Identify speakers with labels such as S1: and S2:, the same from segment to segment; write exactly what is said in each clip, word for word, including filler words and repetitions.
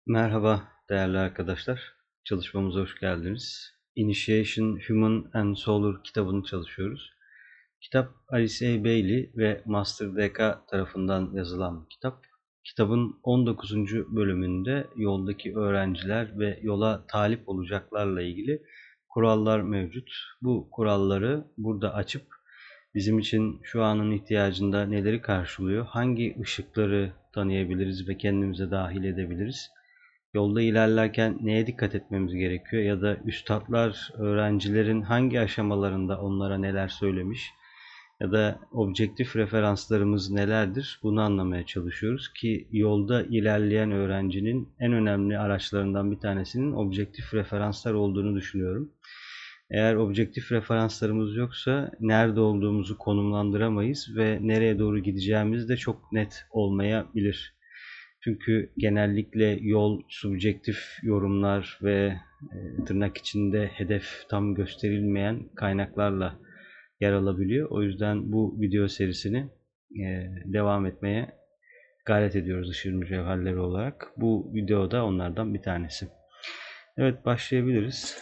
S1: Merhaba değerli arkadaşlar. Çalışmamıza hoş geldiniz. Initiation Human and Solar kitabını çalışıyoruz. Kitap Alice A. Bailey ve Master D K tarafından yazılan bir kitap. Kitabın on dokuzuncu bölümünde yoldaki öğrenciler ve yola talip olacaklarla ilgili kurallar mevcut. Bu kuralları burada açıp bizim için şu anın ihtiyacında neleri karşılıyor, hangi ışıkları tanıyabiliriz ve kendimize dahil edebiliriz, yolda ilerlerken neye dikkat etmemiz gerekiyor ya da üstadlar öğrencilerin hangi aşamalarında onlara neler söylemiş ya da objektif referanslarımız nelerdir, bunu anlamaya çalışıyoruz ki yolda ilerleyen öğrencinin en önemli araçlarından bir tanesinin objektif referanslar olduğunu düşünüyorum. Eğer objektif referanslarımız yoksa nerede olduğumuzu konumlandıramayız ve nereye doğru gideceğimiz de çok net olmayabilir. Çünkü genellikle yol subjektif yorumlar ve e, tırnak içinde hedef tam gösterilmeyen kaynaklarla yer alabiliyor. O yüzden bu video serisini e, devam etmeye gayret ediyoruz ışığın mücevherleri olarak. Bu video da onlardan bir tanesi. Evet, başlayabiliriz.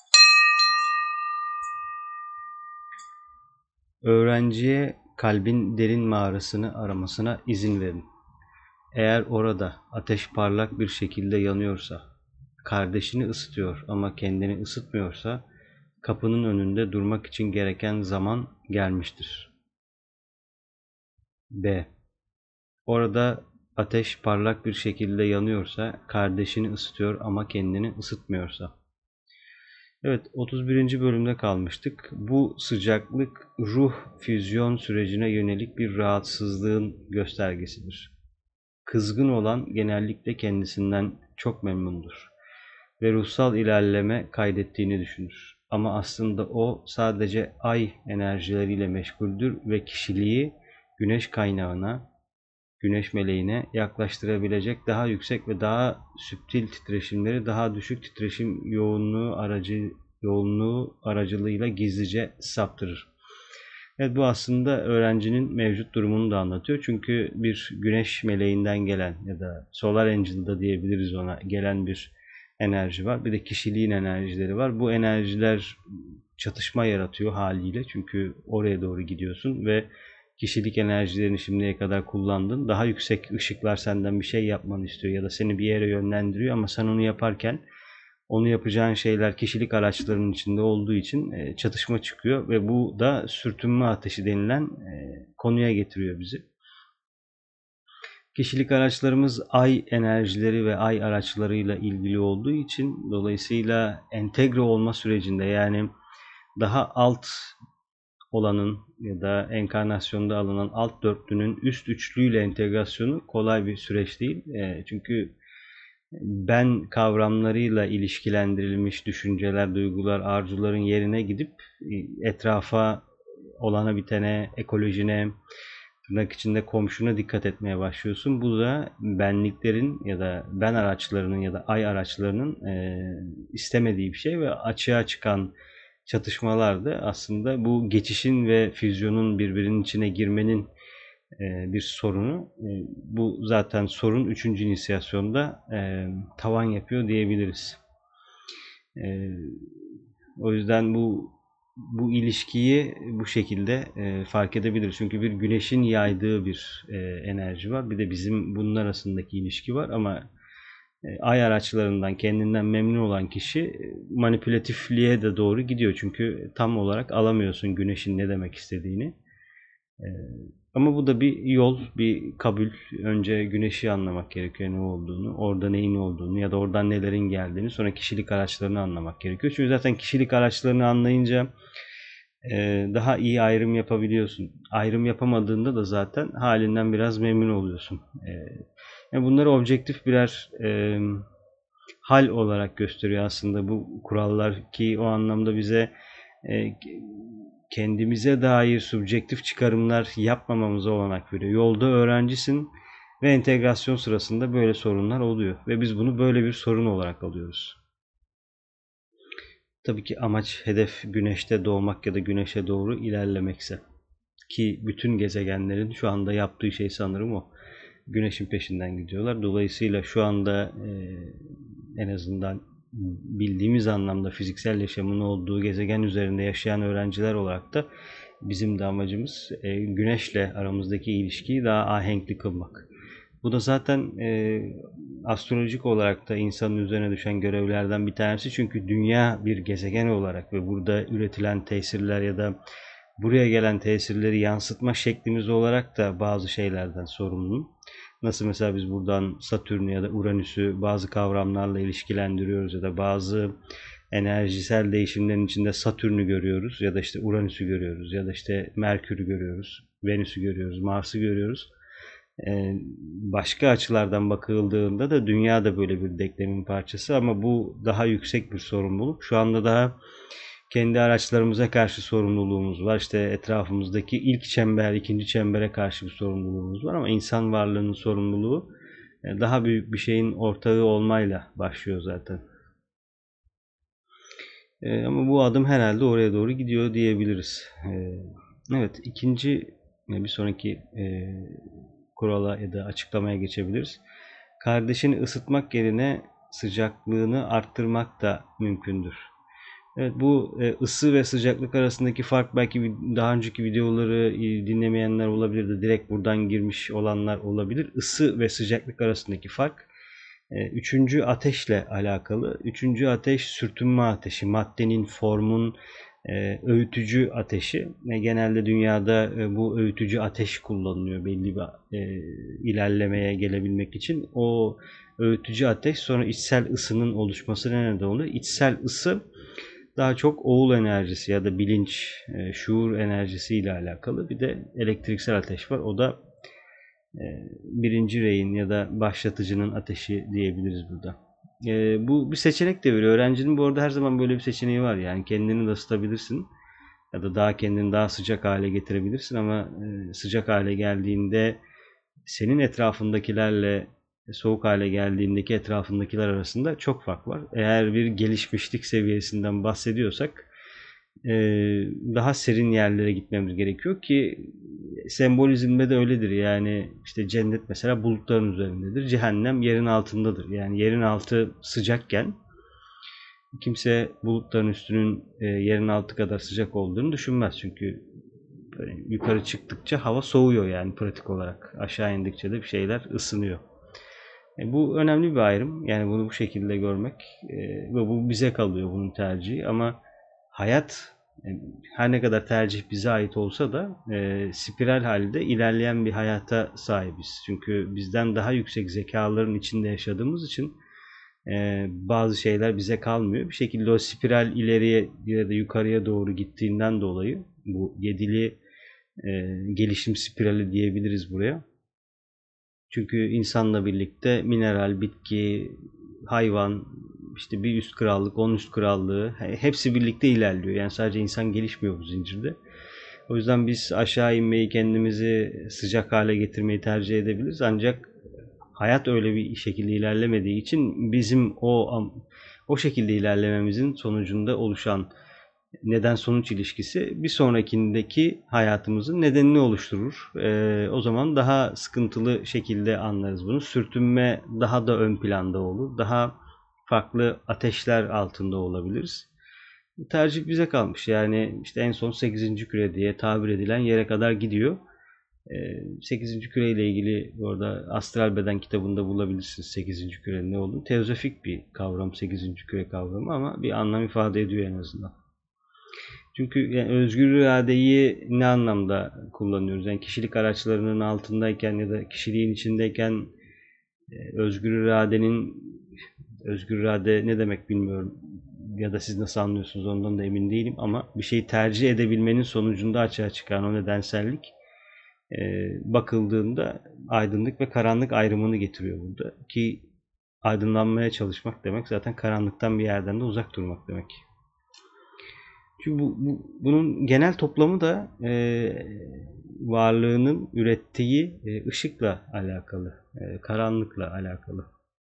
S1: Öğrenciye kalbin derin mağarasını aramasına izin verin. Eğer orada ateş parlak bir şekilde yanıyorsa, kardeşini ısıtıyor ama kendini ısıtmıyorsa, kapının önünde durmak için gereken zaman gelmiştir. B. Orada ateş parlak bir şekilde yanıyorsa, kardeşini ısıtıyor ama kendini ısıtmıyorsa. Evet, otuz birinci bölümde kalmıştık. Bu sıcaklık ruh füzyon sürecine yönelik bir rahatsızlığın göstergesidir. Kızgın olan genellikle kendisinden çok memnundur ve ruhsal ilerleme kaydettiğini düşünür. Ama aslında o sadece ay enerjileriyle meşguldür ve kişiliği güneş kaynağına, güneş meleğine yaklaştırabilecek daha yüksek ve daha süptil titreşimleri daha düşük titreşim yoğunluğu aracı yoğunluğu aracılığıyla gizlice saptırır. Evet, bu aslında öğrencinin mevcut durumunu da anlatıyor. Çünkü bir güneş meleğinden gelen ya da solar angel'da diyebiliriz ona, gelen bir enerji var. Bir de kişiliğin enerjileri var. Bu enerjiler çatışma yaratıyor haliyle. Çünkü oraya doğru gidiyorsun ve kişilik enerjilerini şimdiye kadar kullandın. Daha yüksek ışıklar senden bir şey yapmanı istiyor ya da seni bir yere yönlendiriyor ama sen onu yaparken onu yapacağın şeyler kişilik araçlarının içinde olduğu için çatışma çıkıyor ve bu da sürtünme ateşi denilen konuya getiriyor bizi. Kişilik araçlarımız ay enerjileri ve ay araçlarıyla ilgili olduğu için dolayısıyla entegre olma sürecinde, yani daha alt olanın ya da enkarnasyonda alınan alt dörtlünün üst üçlüyle entegrasyonu kolay bir süreç değil. Çünkü ben kavramlarıyla ilişkilendirilmiş düşünceler, duygular, arzuların yerine gidip etrafa, olana bitene, ekolojine, tırnak içinde komşuna dikkat etmeye başlıyorsun. Bu da benliklerin ya da ben araçlarının ya da ay araçlarının e, istemediği bir şey ve açığa çıkan çatışmalar da aslında bu geçişin ve füzyonun birbirinin içine girmenin bir sorunu. Bu zaten sorun üçüncü inisiyasyonda tavan yapıyor diyebiliriz. O yüzden bu bu ilişkiyi bu şekilde fark edebiliriz. Çünkü bir güneşin yaydığı bir enerji var. Bir de bizim bunun arasındaki ilişki var ama ay araçlarından kendinden memnun olan kişi manipülatifliğe de doğru gidiyor. Çünkü tam olarak alamıyorsun güneşin ne demek istediğini. Ama bu da bir yol, bir kabul. Önce güneşi anlamak gerekiyor ne olduğunu, orada neyin olduğunu ya da oradan nelerin geldiğini, sonra kişilik araçlarını anlamak gerekiyor. Çünkü zaten kişilik araçlarını anlayınca daha iyi ayrım yapabiliyorsun. Ayrım yapamadığında da zaten halinden biraz memnun oluyorsun. Yani bunları objektif birer e, hal olarak gösteriyor aslında bu kurallar ki o anlamda bize e, kendimize dair subjektif çıkarımlar yapmamamıza olanak veriyor. Yolda öğrencisin ve entegrasyon sırasında böyle sorunlar oluyor ve biz bunu böyle bir sorun olarak alıyoruz. Tabii ki amaç, hedef güneşte doğmak ya da güneşe doğru ilerlemekse, ki bütün gezegenlerin şu anda yaptığı şey sanırım o. Güneşin peşinden gidiyorlar. Dolayısıyla şu anda e, en azından bildiğimiz anlamda fiziksel yaşamın olduğu gezegen üzerinde yaşayan öğrenciler olarak da bizim de amacımız e, Güneş'le aramızdaki ilişkiyi daha ahenkli kılmak. Bu da zaten e, astrolojik olarak da insanın üzerine düşen görevlerden bir tanesi. Çünkü dünya bir gezegen olarak ve burada üretilen tesirler ya da buraya gelen tesirleri yansıtma şeklimiz olarak da bazı şeylerden sorumlu. Nasıl mesela biz buradan Satürn'ü ya da Uranüs'ü bazı kavramlarla ilişkilendiriyoruz ya da bazı enerjisel değişimlerin içinde Satürn'ü görüyoruz ya da işte Uranüs'ü görüyoruz ya da işte Merkür'ü görüyoruz, Venüs'ü görüyoruz, Mars'ı görüyoruz. Ee, başka açılardan bakıldığında da dünya da böyle bir denklemin parçası ama bu daha yüksek bir sorumluluk. Şu anda daha kendi araçlarımıza karşı sorumluluğumuz var. İşte etrafımızdaki ilk çember, ikinci çembere karşı bir sorumluluğumuz var ama insan varlığının sorumluluğu daha büyük bir şeyin ortağı olmayla başlıyor zaten. Ee, ama bu adım herhalde oraya doğru gidiyor diyebiliriz. Ee, evet, ikinci bir sonraki e, kurala ya da açıklamaya geçebiliriz. Kardeşini ısıtmak yerine sıcaklığını arttırmak da mümkündür. Evet, bu ısı ve sıcaklık arasındaki fark belki daha önceki videoları dinlemeyenler olabilir de direkt buradan girmiş olanlar olabilir. Isı ve sıcaklık arasındaki fark üçüncü ateşle alakalı. Üçüncü ateş sürtünme ateşi, maddenin, formun öğütücü ateşi. Genelde dünyada bu öğütücü ateş kullanılıyor belli bir ilerlemeye gelebilmek için. O öğütücü ateş sonra içsel ısının oluşmasına neden oluyor. İçsel ısı daha çok oğul enerjisi ya da bilinç, şuur enerjisi ile alakalı. Bir de elektriksel ateş var. O da birinci reyin ya da başlatıcının ateşi diyebiliriz burada. Bu bir seçenek de veriyor. Öğrencinin bu arada her zaman böyle bir seçeneği var. Yani kendini de ısıtabilirsin ya da daha kendini daha sıcak hale getirebilirsin ama sıcak hale geldiğinde senin etrafındakilerle soğuk hale geldiğindeki etrafındakiler arasında çok fark var. Eğer bir gelişmişlik seviyesinden bahsediyorsak daha serin yerlere gitmemiz gerekiyor ki sembolizmde de öyledir. Yani işte cennet mesela bulutların üzerindedir. Cehennem yerin altındadır. Yani yerin altı sıcakken kimse bulutların üstünün yerin altı kadar sıcak olduğunu düşünmez. Çünkü yukarı çıktıkça hava soğuyor yani pratik olarak. Aşağı indikçe de bir şeyler ısınıyor. E, bu önemli bir ayrım. Yani bunu bu şekilde görmek e, ve bu bize kalıyor bunun tercihi. Ama hayat e, her ne kadar tercih bize ait olsa da e, spiral halde ilerleyen bir hayata sahibiz. Çünkü bizden daha yüksek zekaların içinde yaşadığımız için e, bazı şeyler bize kalmıyor. Bir şekilde o spiral ileriye ya da yukarıya doğru gittiğinden dolayı bu yedili e, gelişim spirali diyebiliriz buraya. Çünkü insanla birlikte mineral, bitki, hayvan, işte bir üst krallık, on üst krallığı hepsi birlikte ilerliyor. Yani sadece insan gelişmiyor bu zincirde. O yüzden biz aşağı inmeyi, kendimizi sıcak hale getirmeyi tercih edebiliriz. Ancak hayat öyle bir şekilde ilerlemediği için bizim o o şekilde ilerlememizin sonucunda oluşan neden sonuç ilişkisi bir sonrakindeki hayatımızın nedenini oluşturur. Ee, o zaman daha sıkıntılı şekilde anlarız bunu. Sürtünme daha da ön planda olur. Daha farklı ateşler altında olabiliriz. Tercih bize kalmış. Yani işte en son sekizinci küre diye tabir edilen yere kadar gidiyor. sekizinci küre ile ilgili orada Astral Beden kitabında bulabilirsiniz sekizinci kürenin ne olduğunu. Teozofik bir kavram sekizinci küre kavramı ama bir anlam ifade ediyor en azından. Çünkü yani özgür iradeyi ne anlamda kullanıyoruz? Yani kişilik araçlarının altındayken ya da kişiliğin içindeyken özgür iradenin özgür irade ne demek bilmiyorum. Ya da siz nasıl anlıyorsunuz ondan da emin değilim ama bir şeyi tercih edebilmenin sonucunda açığa çıkan o nedensellik bakıldığında aydınlık ve karanlık ayrımını getiriyor burada. Ki aydınlanmaya çalışmak demek zaten karanlıktan bir yerden de uzak durmak demek. Çünkü bu, bu, bunun genel toplamı da e, varlığının ürettiği e, ışıkla alakalı, e, karanlıkla alakalı.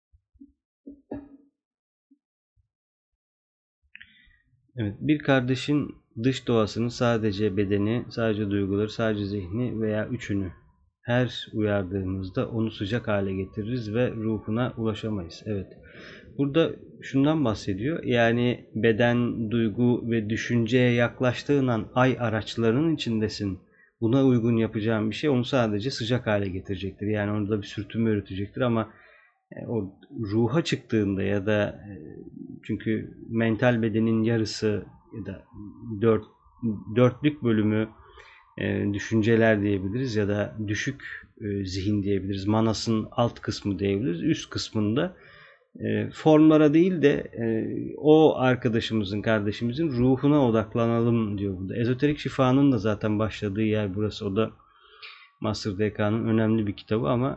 S1: Evet, bir kardeşin dış doğasının sadece bedeni, sadece duyguları, sadece zihni veya üçünü Her uyardığımızda onu sıcak hale getiririz ve ruhuna ulaşamayız. Evet. Burada şundan bahsediyor. Yani beden, duygu ve düşünceye yaklaştığın an ay araçlarının içindesin. Buna uygun yapacağın bir şey onu sadece sıcak hale getirecektir. Yani orada bir sürtünme üretecektir ama o ruha çıktığında ya da çünkü mental bedenin yarısı ya da dört, dörtlük bölümü e, düşünceler diyebiliriz ya da düşük e, zihin diyebiliriz. Manas'ın alt kısmı diyebiliriz. Üst kısmında e, formlara değil de e, o arkadaşımızın, kardeşimizin ruhuna odaklanalım diyor burada. Ezoterik şifanın da zaten başladığı yer burası. O da Master D K'nın önemli bir kitabı ama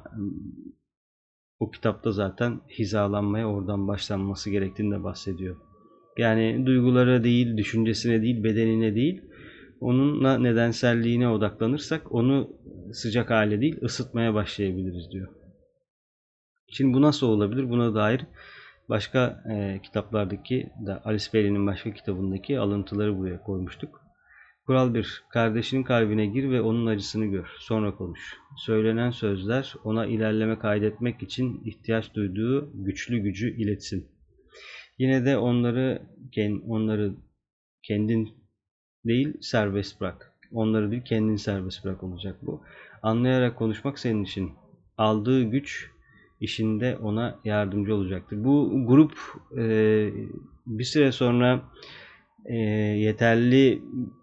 S1: o kitapta zaten hizalanmaya oradan başlanması gerektiğini de bahsediyor. Yani duygulara değil, düşüncesine değil, bedenine değil, onunla nedenselliğine odaklanırsak onu sıcak hale değil, ısıtmaya başlayabiliriz diyor. Şimdi bu nasıl olabilir? Buna dair başka e, kitaplardaki, da Alice Bailey'nin başka kitabındaki alıntıları buraya koymuştuk. Kural bir. Kardeşinin kalbine gir ve onun acısını gör. Sonra konuş. Söylenen sözler ona ilerleme kaydetmek için ihtiyaç duyduğu güçlü gücü iletsin. Yine de onları onları kendin değil serbest bırak. Onları değil kendin serbest bırak olacak bu. Anlayarak konuşmak senin için. Aldığı güç işinde ona yardımcı olacaktır. Bu grup e, bir süre sonra e, yeterli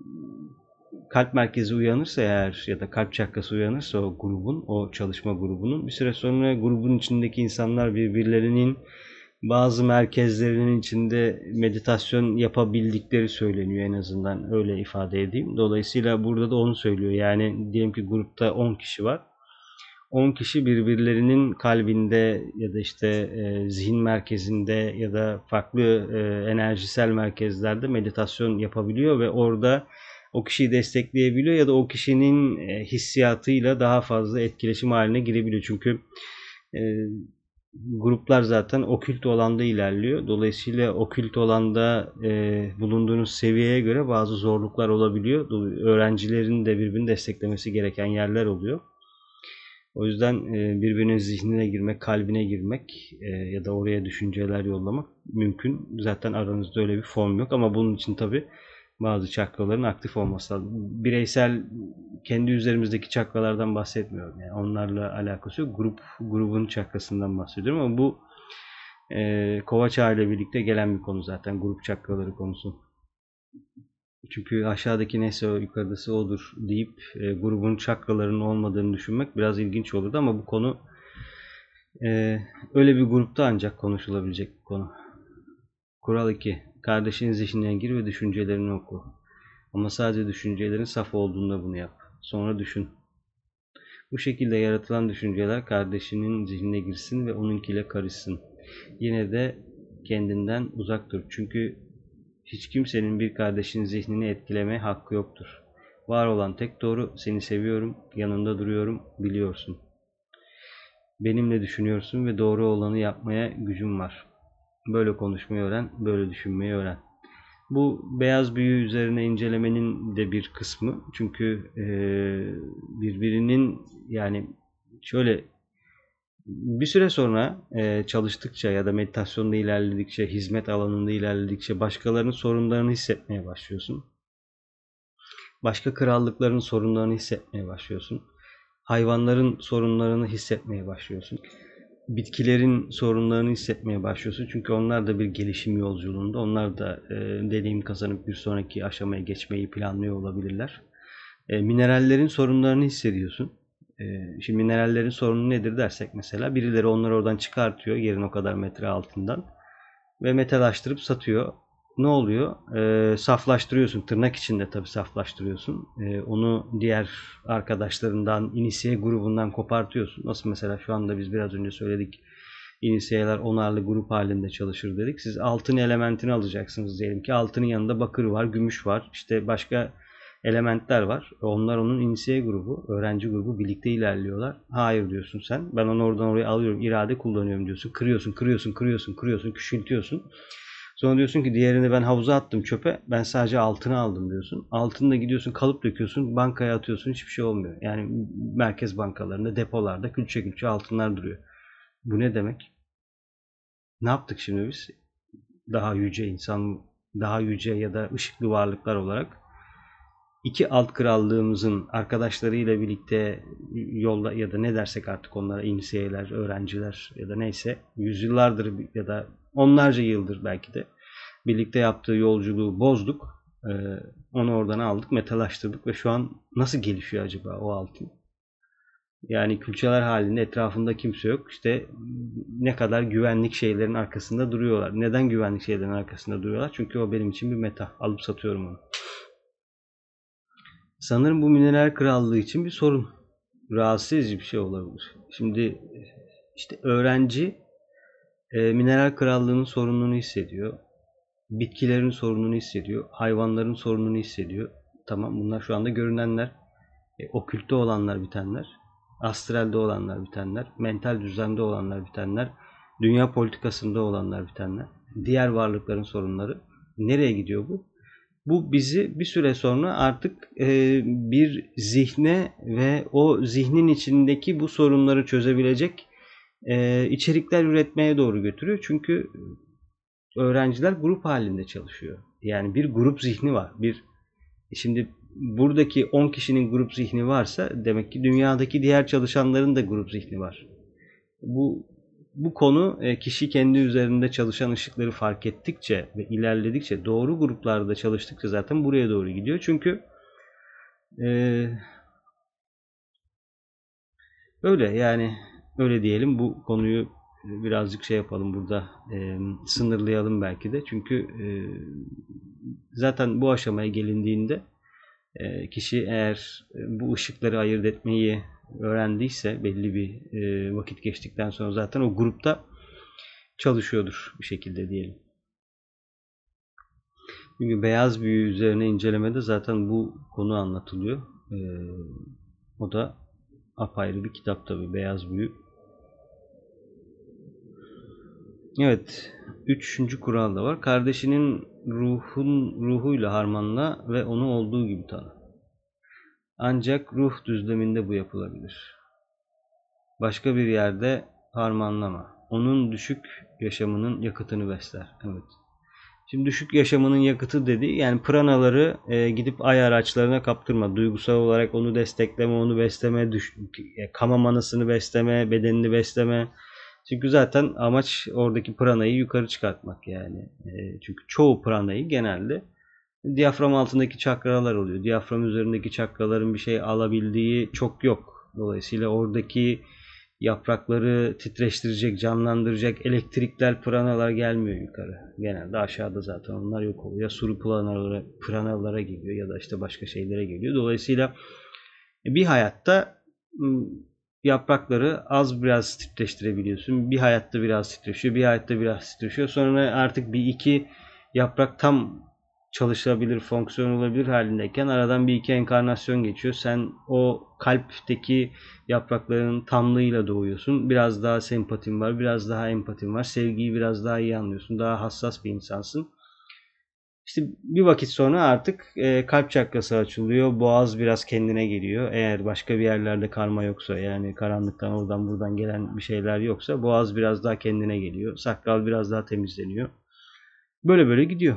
S1: kalp merkezi uyanırsa eğer ya da kalp çakrası uyanırsa o grubun, o çalışma grubunun bir süre sonra grubun içindeki insanlar birbirlerinin bazı merkezlerinin içinde meditasyon yapabildikleri söyleniyor, en azından öyle ifade edeyim. Dolayısıyla burada da onu söylüyor. Yani diyelim ki grupta on kişi var. on kişi birbirlerinin kalbinde ya da işte e, zihin merkezinde ya da farklı e, enerjisel merkezlerde meditasyon yapabiliyor ve orada o kişiyi destekleyebiliyor ya da o kişinin e, hissiyatıyla daha fazla etkileşim haline girebiliyor. Çünkü e, gruplar zaten okült olanda ilerliyor. Dolayısıyla okült olanda e, bulunduğunuz seviyeye göre bazı zorluklar olabiliyor. Öğrencilerin de birbirini desteklemesi gereken yerler oluyor. O yüzden e, birbirinin zihnine girmek, kalbine girmek e, ya da oraya düşünceler yollamak mümkün. Zaten aranızda öyle bir form yok ama bunun için tabi bazı çakraların aktif olması lazım. Bireysel kendi üzerimizdeki çakralardan bahsetmiyorum. Yani onlarla alakası yok. Grup grubun çakrasından bahsediyorum ama bu e, Kovaç Ağa ile birlikte gelen bir konu zaten, grup çakraları konusu. Çünkü aşağıdaki neyse o yukarıdası odur deyip e, grubun çakralarının olmadığını düşünmek biraz ilginç olurdu ama bu konu e, öyle bir grupta ancak konuşulabilecek bir konu. Kural iki. Kardeşin zihnine gir ve düşüncelerini oku. Ama sadece düşüncelerin saf olduğunda bunu yap. Sonra düşün. Bu şekilde yaratılan düşünceler kardeşinin zihnine girsin ve onunkiyle karışsın. Yine de kendinden uzak dur. Çünkü hiç kimsenin bir kardeşin zihnini etkilemeye hakkı yoktur. Var olan tek doğru, seni seviyorum, yanında duruyorum, biliyorsun. Benimle düşünüyorsun ve doğru olanı yapmaya gücüm var. Böyle konuşmayı öğren, böyle düşünmeyi öğren. Bu beyaz büyü üzerine incelemenin de bir kısmı. Çünkü e, birbirinin, yani şöyle bir süre sonra e, çalıştıkça ya da meditasyonda ilerledikçe, hizmet alanında ilerledikçe başkalarının sorunlarını hissetmeye başlıyorsun. Başka krallıkların sorunlarını hissetmeye başlıyorsun. Hayvanların sorunlarını hissetmeye başlıyorsun. Bitkilerin sorunlarını hissetmeye başlıyorsun. Çünkü onlar da bir gelişim yolculuğunda. Onlar da e, deneyim kazanıp bir sonraki aşamaya geçmeyi planlıyor olabilirler. E, minerallerin sorunlarını hissediyorsun. E, şimdi minerallerin sorunu nedir dersek mesela, birileri onları oradan çıkartıyor yerin o kadar metre altından ve metallaştırıp satıyor. Ne oluyor? E, saflaştırıyorsun. Tırnak içinde tabii saflaştırıyorsun. E, onu diğer arkadaşlarından, inisiye grubundan kopartıyorsun. Nasıl mesela şu anda biz biraz önce söyledik. İnisiyeler onarlı grup halinde çalışır dedik. Siz altın elementini alacaksınız diyelim ki. Altının yanında bakır var, gümüş var. İşte başka elementler var. Onlar onun inisiye grubu, öğrenci grubu, birlikte ilerliyorlar. Hayır diyorsun sen. Ben onu oradan oraya alıyorum, irade kullanıyorum diyorsun. Kırıyorsun, kırıyorsun, kırıyorsun, kırıyorsun, küçültüyorsun. Sonra diyorsun ki diğerini ben havuza attım çöpe. Ben sadece altını aldım diyorsun. Altını da gidiyorsun kalıp döküyorsun. Bankaya atıyorsun. Hiçbir şey olmuyor. Yani merkez bankalarında depolarda külçe külçe altınlar duruyor. Bu ne demek? Ne yaptık şimdi biz? Daha yüce insan, daha yüce ya da ışıklı varlıklar olarak iki alt krallığımızın arkadaşlarıyla birlikte yolda ya da ne dersek artık onlara insiyeler, öğrenciler ya da neyse yüzyıllardır ya da onlarca yıldır belki de birlikte yaptığı yolculuğu bozduk. Ee, onu oradan aldık, metalaştırdık ve şu an nasıl gelişiyor acaba o altın? Yani külçeler halinde etrafında kimse yok. İşte ne kadar güvenlik şeylerin arkasında duruyorlar. Neden güvenlik şeylerin arkasında duruyorlar? Çünkü o benim için bir meta. Alıp satıyorum onu. Sanırım bu mineral krallığı için bir sorun. Rahatsız edici bir şey olabilir. Şimdi işte öğrenci e, mineral krallığının sorununu hissediyor. Bitkilerin sorununu hissediyor. Hayvanların sorununu hissediyor. Tamam, bunlar şu anda görünenler. E, okültte olanlar bitenler. Astralde olanlar bitenler. Mental düzlemde olanlar bitenler. Dünya politikasında olanlar bitenler. Diğer varlıkların sorunları. Nereye gidiyor bu? Bu bizi bir süre sonra artık e, bir zihne ve o zihnin içindeki bu sorunları çözebilecek e, içerikler üretmeye doğru götürüyor. Çünkü öğrenciler grup halinde çalışıyor. Yani bir grup zihni var. Bir şimdi buradaki on kişinin grup zihni varsa demek ki dünyadaki diğer çalışanların da grup zihni var. Bu bu konu kişi kendi üzerinde çalışan ışıkları fark ettikçe ve ilerledikçe doğru gruplarda çalıştıkça zaten buraya doğru gidiyor. Çünkü e, öyle yani öyle diyelim, bu konuyu birazcık şey yapalım burada, e, sınırlayalım belki de. Çünkü e, zaten bu aşamaya gelindiğinde e, kişi eğer bu ışıkları ayırt etmeyi öğrendiyse belli bir e, vakit geçtikten sonra zaten o grupta çalışıyordur bir şekilde diyelim. Çünkü beyaz büyü üzerine incelemede zaten bu konu anlatılıyor. E, o da apayrı bir kitap tabii, beyaz büyü. Evet, üçüncü kural da var. Kardeşinin ruhun ruhuyla harmanla ve onu olduğu gibi tanı. Ancak ruh düzleminde bu yapılabilir. Başka bir yerde harmanlama. Onun düşük yaşamının yakıtını besler. Evet. Şimdi düşük yaşamının yakıtı dedi. Yani pranaları e, gidip ay araçlarına kaptırma. Duygusal olarak onu destekleme, onu besleme, düş, kama manasını besleme, bedenini besleme. Çünkü zaten amaç oradaki pranayı yukarı çıkartmak yani. E, çünkü çoğu pranayı genelde diyafram altındaki çakralar oluyor. Diyafram üzerindeki çakraların bir şey alabildiği çok yok. Dolayısıyla oradaki yaprakları titreştirecek, canlandıracak elektrikler, pranalar gelmiyor yukarı. Genelde aşağıda zaten onlar yok oluyor. Ya suru pranalara, pranalara geliyor ya da işte başka şeylere geliyor. Dolayısıyla bir hayatta yaprakları az biraz titreştirebiliyorsun. Bir hayatta biraz titreşiyor, bir hayatta biraz titreşiyor. Sonra artık bir iki yaprak tam çalışabilir, fonksiyon olabilir halindeyken aradan bir iki enkarnasyon geçiyor. Sen o kalpteki yaprakların tamlığıyla doğuyorsun. Biraz daha sempatin var, biraz daha empatin var. Sevgiyi biraz daha iyi anlıyorsun. Daha hassas bir insansın. İşte bir vakit sonra artık e, kalp çakrası açılıyor. Boğaz biraz kendine geliyor. Eğer başka bir yerlerde karma yoksa, yani karanlıktan oradan buradan gelen bir şeyler yoksa, boğaz biraz daha kendine geliyor. Sakral biraz daha temizleniyor. Böyle böyle gidiyor.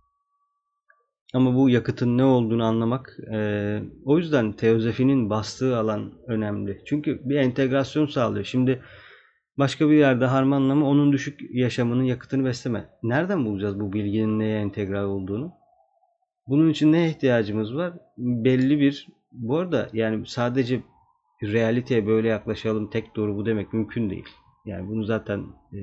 S1: Ama bu yakıtın ne olduğunu anlamak, e, o yüzden teozofinin bastığı alan önemli. Çünkü bir entegrasyon sağlıyor. Şimdi başka bir yerde harmanlama, onun düşük yaşamının yakıtını besleme. Nereden bulacağız bu bilginin neye entegre olduğunu? Bunun için ne ihtiyacımız var? Belli bir, bu arada yani sadece realiteye böyle yaklaşalım, tek doğru bu demek mümkün değil. Yani bunu zaten e,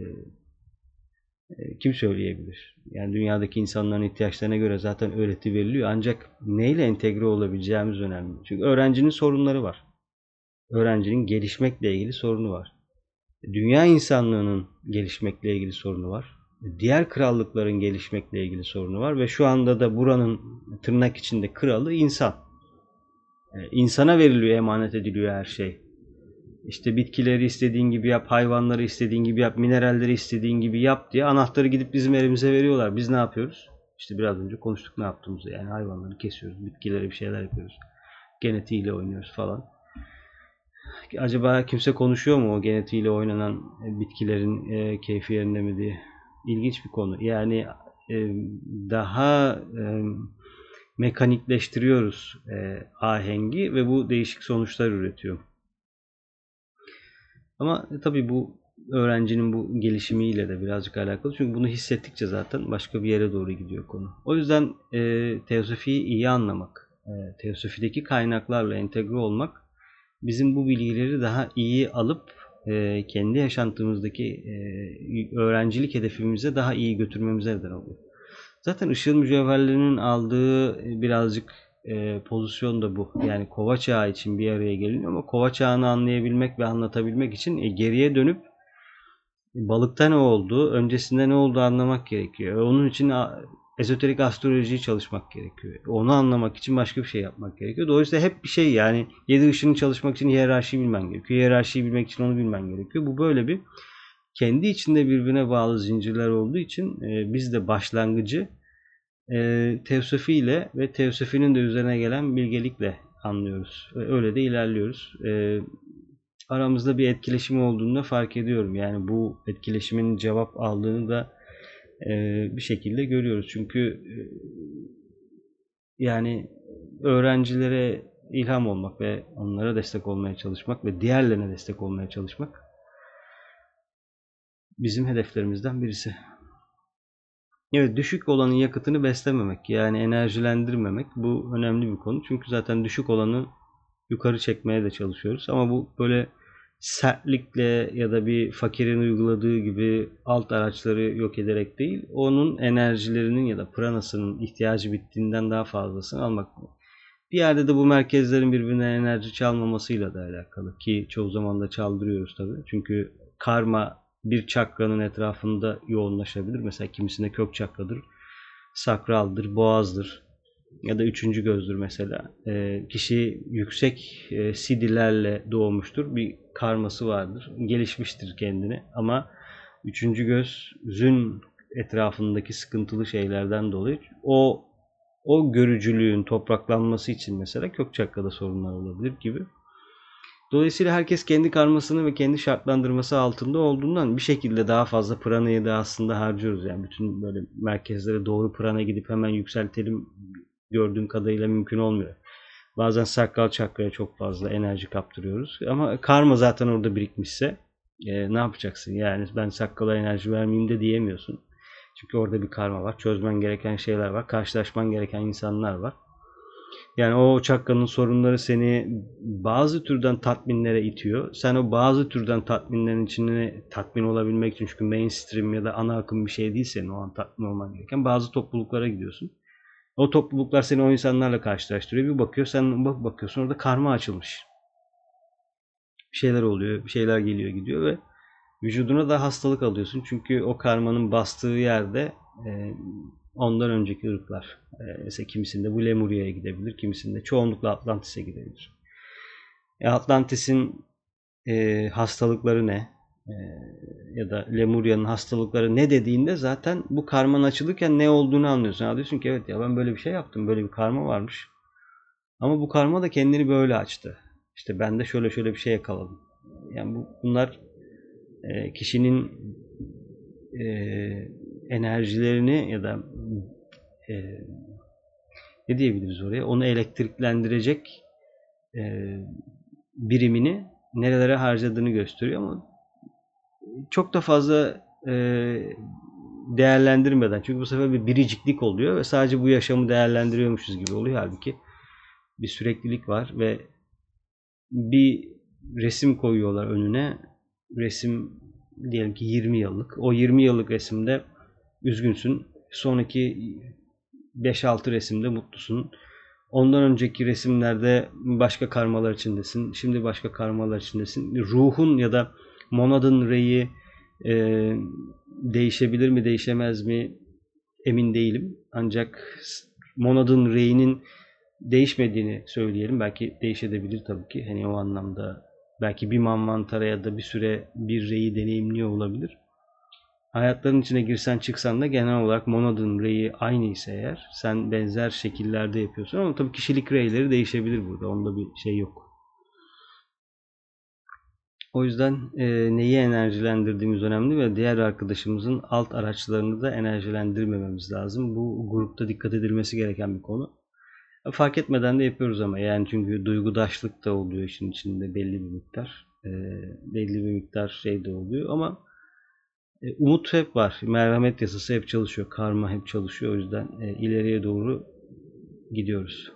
S1: kim söyleyebilir? Yani dünyadaki insanların ihtiyaçlarına göre zaten öğreti veriliyor. Ancak neyle entegre olabileceğimiz önemli. Çünkü öğrencinin sorunları var. Öğrencinin gelişmekle ilgili sorunu var. Dünya insanlığının gelişmekle ilgili sorunu var. Diğer krallıkların gelişmekle ilgili sorunu var. Ve şu anda da buranın tırnak içinde kralı insan. İnsana veriliyor, emanet ediliyor her şey. İşte bitkileri istediğin gibi yap, hayvanları istediğin gibi yap, mineralleri istediğin gibi yap diye anahtarı gidip bizim elimize veriyorlar. Biz ne yapıyoruz? İşte biraz önce konuştuk ne yaptığımızı. Yani hayvanları kesiyoruz, bitkilere bir şeyler yapıyoruz. Genetiğiyle oynuyoruz falan. Acaba kimse konuşuyor mu o genetiğiyle oynanan bitkilerin e, keyfi yerinde mi diye? İlginç bir konu. Yani e, daha e, mekanikleştiriyoruz e, ahengi ve bu değişik sonuçlar üretiyor. Ama e, tabii bu öğrencinin bu gelişimiyle de birazcık alakalı. Çünkü bunu hissettikçe zaten başka bir yere doğru gidiyor konu. O yüzden e, teosofiyi iyi anlamak, e, teosofideki kaynaklarla entegre olmak bizim bu bilgileri daha iyi alıp e, kendi yaşantımızdaki e, öğrencilik hedefimize daha iyi götürmemize neden oluyor. Zaten ışıl mücevherlerinin aldığı birazcık e, pozisyon da bu. Yani kova çağı için bir araya geliniyor ama kova çağını anlayabilmek ve anlatabilmek için e, geriye dönüp balıkta ne oldu, öncesinde ne oldu anlamak gerekiyor. Ve onun için ezoterik astrolojiyi çalışmak gerekiyor. Onu anlamak için başka bir şey yapmak gerekiyor. Dolayısıyla hep bir şey yani yedi ışını çalışmak için hiyerarşiyi bilmen gerekiyor. Hiyerarşiyi bilmek için onu bilmen gerekiyor. Bu böyle bir kendi içinde birbirine bağlı zincirler olduğu için e, biz de başlangıcı e, teosofi ile ve teosofinin de üzerine gelen bilgelikle anlıyoruz. Öyle de ilerliyoruz. E, aramızda bir etkileşim olduğunu da fark ediyorum. Yani bu etkileşimin cevap aldığını da e, bir şekilde görüyoruz. Çünkü e, yani öğrencilere ilham olmak ve onlara destek olmaya çalışmak ve diğerlerine destek olmaya çalışmak bizim hedeflerimizden birisi. Evet, düşük olanın yakıtını beslememek, yani enerjilendirmemek bu önemli bir konu. Çünkü zaten düşük olanı yukarı çekmeye de çalışıyoruz. Ama bu böyle sertlikle ya da bir fakirin uyguladığı gibi alt araçları yok ederek değil, onun enerjilerinin ya da pranasının ihtiyacı bittiğinden daha fazlasını almak. Bir yerde de bu merkezlerin birbirine enerji çalmamasıyla da alakalı ki çoğu zaman da çaldırıyoruz tabii. Çünkü karma bir çakranın etrafında yoğunlaşabilir. Mesela kimisinde kök çakradır, sakraldır, boğazdır ya da üçüncü gözdür mesela. E, kişi yüksek e, sidilerle doğmuştur. Bir karması vardır. Gelişmiştir kendini ama üçüncü gözün etrafındaki sıkıntılı şeylerden dolayı o o görücülüğün topraklanması için mesela kök çakrada sorunlar olabilir gibi. Dolayısıyla herkes kendi karmasını ve kendi şartlandırması altında olduğundan bir şekilde daha fazla pranayı da aslında harcıyoruz. Yani bütün böyle merkezlere doğru prana gidip hemen yükseltelim gördüğüm kadarıyla mümkün olmuyor. Bazen sakral çakraya çok fazla enerji kaptırıyoruz. Ama karma zaten orada birikmişse e, ne yapacaksın? Yani ben sakkala enerji vermeyeyim de diyemiyorsun. Çünkü orada bir karma var. Çözmen gereken şeyler var. Karşılaşman gereken insanlar var. Yani o çakranın sorunları seni bazı türden tatminlere itiyor. Sen o bazı türden tatminlerin içine tatmin olabilmek için çünkü mainstream ya da ana akım bir şey değil senin o an tatmin olman gereken. Bazı topluluklara gidiyorsun. O topluluklar seni o insanlarla karşılaştırıyor. Bir bakıyor sen bak bakıyorsun orada karma açılmış. Bir şeyler oluyor, bir şeyler geliyor gidiyor ve vücuduna da hastalık alıyorsun. Çünkü o karmanın bastığı yerde e, ondan önceki ırklar. E, mesela kimisinde bu Lemuria'ya gidebilir, kimisinde çoğunlukla Atlantis'e gidebilir. E, Atlantis'in e, hastalıkları ne? E, ya da Lemuria'nın hastalıkları ne dediğinde zaten bu karmanın açılırken ne olduğunu anlıyorsun. Ha, diyorsun ki evet ya ben böyle bir şey yaptım, böyle bir karma varmış. Ama bu karma da kendini böyle açtı. İşte ben de şöyle şöyle bir şey yakaladım. Yani bu, bunlar e, kişinin e, enerjilerini ya da e, ne diyebiliriz oraya? Onu elektriklendirecek e, birimini nerelere harcadığını gösteriyor ama çok da fazla e, değerlendirmeden çünkü bu sefer bir biriciklik oluyor ve sadece bu yaşamı değerlendiriyormuşuz gibi oluyor halbuki bir süreklilik var ve bir resim koyuyorlar önüne. Resim diyelim ki yirmi yıllık. O yirmi yıllık resimde üzgünsün. Sonraki beş altı resimde mutlusun. Ondan önceki resimlerde başka karmalar içindesin. Şimdi başka karmalar içindesin. Ruhun ya da monadın reyi e, değişebilir mi değişemez mi emin değilim. Ancak monadın reyinin değişmediğini söyleyelim. Belki değişebilir tabii ki. Hani o anlamda Belki bir manvantara ya da bir süre bir reyi deneyimliyor olabilir. Hayatların içine girsen çıksan da genel olarak monodun reyi aynı ise eğer sen benzer şekillerde yapıyorsun ama tabii kişilik reyleri değişebilir burada. Onda bir şey yok. O yüzden e, neyi enerjilendirdiğimiz önemli ve diğer arkadaşımızın alt araçlarını da enerjilendirmememiz lazım. Bu grupta dikkat edilmesi gereken bir konu. Fark etmeden de yapıyoruz ama yani çünkü duygudaşlık da oluyor işin içinde belli bir miktar. E, belli bir miktar şey de oluyor ama e, umut hep var. Merhamet yasası hep çalışıyor. Karma hep çalışıyor. O yüzden e, ileriye doğru gidiyoruz.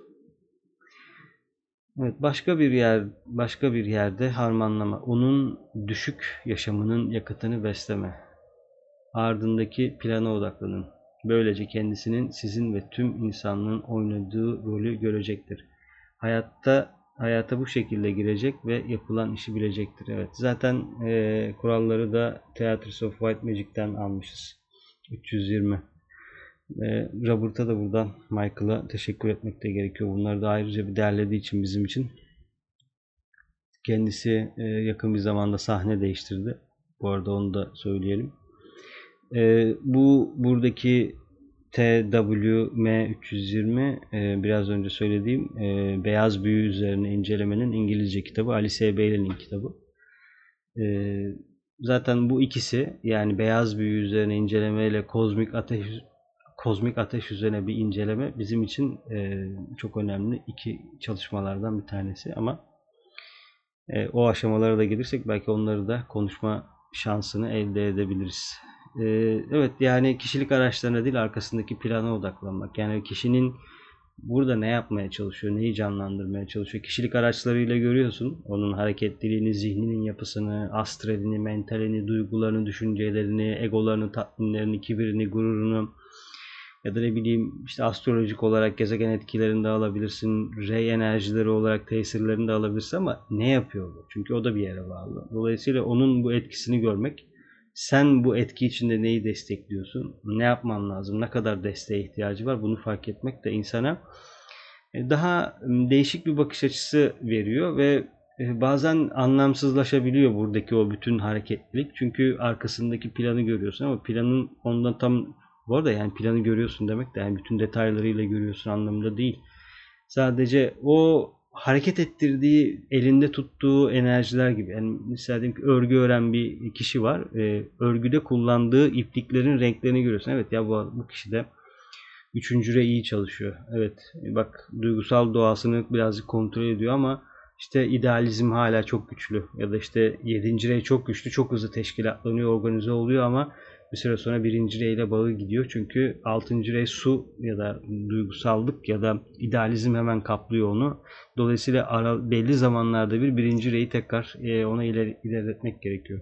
S1: Evet, başka bir yer, başka bir yerde harmanlama. Onun düşük yaşamının yakıtını besleme. Ardındaki plana odaklanın. Böylece kendisinin sizin ve tüm insanlığın oynadığı rolü görecektir. Hayatta hayata bu şekilde girecek ve yapılan işi bilecektir. Evet, zaten e, kuralları da Theatres of White Magic'ten almışız. üç yüz yirmi. E, Robert'a da buradan Michael'a teşekkür etmek de gerekiyor. Bunları da ayrıca bir derlediği için bizim için. Kendisi e, yakın bir zamanda sahne değiştirdi. Bu arada onu da söyleyelim. E, bu buradaki T W M üç yüz yirmi e, biraz önce söylediğim e, Beyaz Büyü üzerine incelemenin İngilizce kitabı. Alice E. Bailey'nin kitabı. E, zaten bu ikisi yani Beyaz Büyü üzerine inceleme ile Kozmik Ateş Kozmik Ateş üzerine bir inceleme bizim için e, çok önemli iki çalışmalardan bir tanesi ama e, o aşamalara da gelirsek belki onları da konuşma şansını elde edebiliriz. E, evet yani kişilik araçlarına değil arkasındaki plana odaklanmak. Yani kişinin burada ne yapmaya çalışıyor, neyi canlandırmaya çalışıyor. Kişilik araçlarıyla görüyorsun onun hareketliliğini, zihninin yapısını, astralini, mentalini, duygularını, düşüncelerini, egolarını, tatminlerini, kibirini, gururunu ya da ne bileyim işte astrolojik olarak gezegen etkilerini de alabilirsin. Rey enerjileri olarak tesirlerini de alabilirsin ama ne yapıyor bu? Çünkü o da bir yere bağlı. Dolayısıyla onun bu etkisini görmek, sen bu etki içinde neyi destekliyorsun? Ne yapman lazım? Ne kadar desteğe ihtiyacı var? Bunu fark etmek de insana daha değişik bir bakış açısı veriyor ve bazen anlamsızlaşabiliyor buradaki o bütün hareketlilik. Çünkü arkasındaki planı görüyorsun ama planın ondan tam bu arada yani planı görüyorsun demek de yani bütün detaylarıyla görüyorsun anlamında değil. Sadece o hareket ettirdiği, elinde tuttuğu enerjiler gibi. Yani mesela diyelim ki örgü ören bir kişi var. E, örgüde kullandığı ipliklerin renklerini görüyorsun. Evet ya bu, bu kişi de üçüncü rey iyi çalışıyor. Evet bak duygusal doğasını birazcık kontrol ediyor ama işte idealizm hala çok güçlü. Ya da işte yedinci rey çok güçlü, çok hızlı teşkilatlanıyor, organize oluyor ama bir süre sonra birinci rey ile bağı gidiyor. Çünkü altıncı rey su ya da duygusallık ya da idealizm hemen kaplıyor onu. Dolayısıyla ara, belli zamanlarda bir birinci reyi tekrar e, ona ileri, ilerletmek gerekiyor.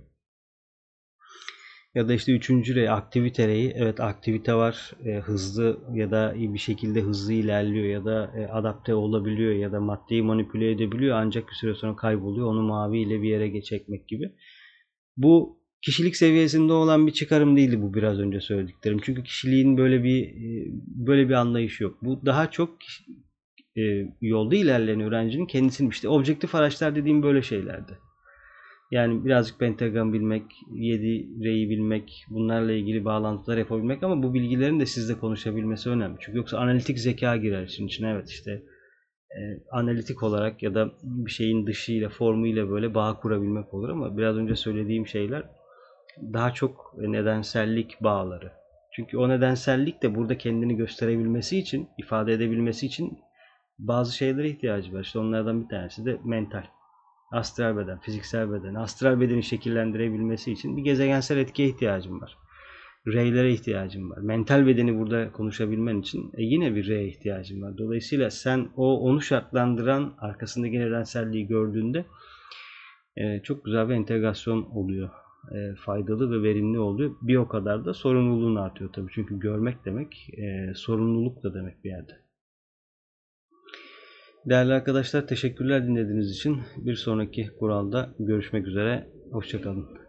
S1: Ya da işte üçüncü rey aktivite reyi. Evet aktivite var. E, hızlı ya da bir şekilde hızlı ilerliyor ya da e, adapte olabiliyor ya da maddeyi manipüle edebiliyor ancak bir süre sonra kayboluyor. Onu mavi ile bir yere çekmek gibi. Bu kişilik seviyesinde olan bir çıkarım değildi bu biraz önce söylediklerim. Çünkü kişiliğin böyle bir böyle bir anlayışı yok. Bu daha çok e, yolda ilerleyen öğrencinin kendisinin işte objektif araçlar dediğim böyle şeylerdi. Yani birazcık pentagram bilmek, yedi reyi bilmek, bunlarla ilgili bağlantılar yapabilmek ama bu bilgilerin de sizle konuşabilmesi önemli. Çünkü yoksa analitik zeka girer işin içine. Evet işte e, analitik olarak ya da bir şeyin dışıyla, formuyla böyle bağ kurabilmek olur ama biraz önce söylediğim şeyler daha çok nedensellik bağları. Çünkü o nedensellik de burada kendini gösterebilmesi için, ifade edebilmesi için bazı şeylere ihtiyacı var. İşte onlardan bir tanesi de mental. Astral beden, fiziksel beden. Astral bedeni şekillendirebilmesi için bir gezegensel etkiye ihtiyacım var. R'lere ihtiyacım var. Mental bedeni burada konuşabilmen için e, yine bir R'ye ihtiyacım var. Dolayısıyla sen o onu şartlandıran arkasındaki nedenselliği gördüğünde e, çok güzel bir entegrasyon oluyor. E, faydalı ve verimli oluyor. Bir o kadar da sorumluluğun artıyor tabii. Çünkü görmek demek e, sorumluluk da demek bir yerde. Değerli arkadaşlar teşekkürler dinlediğiniz için. Bir sonraki kuralda görüşmek üzere. Hoşça kalın.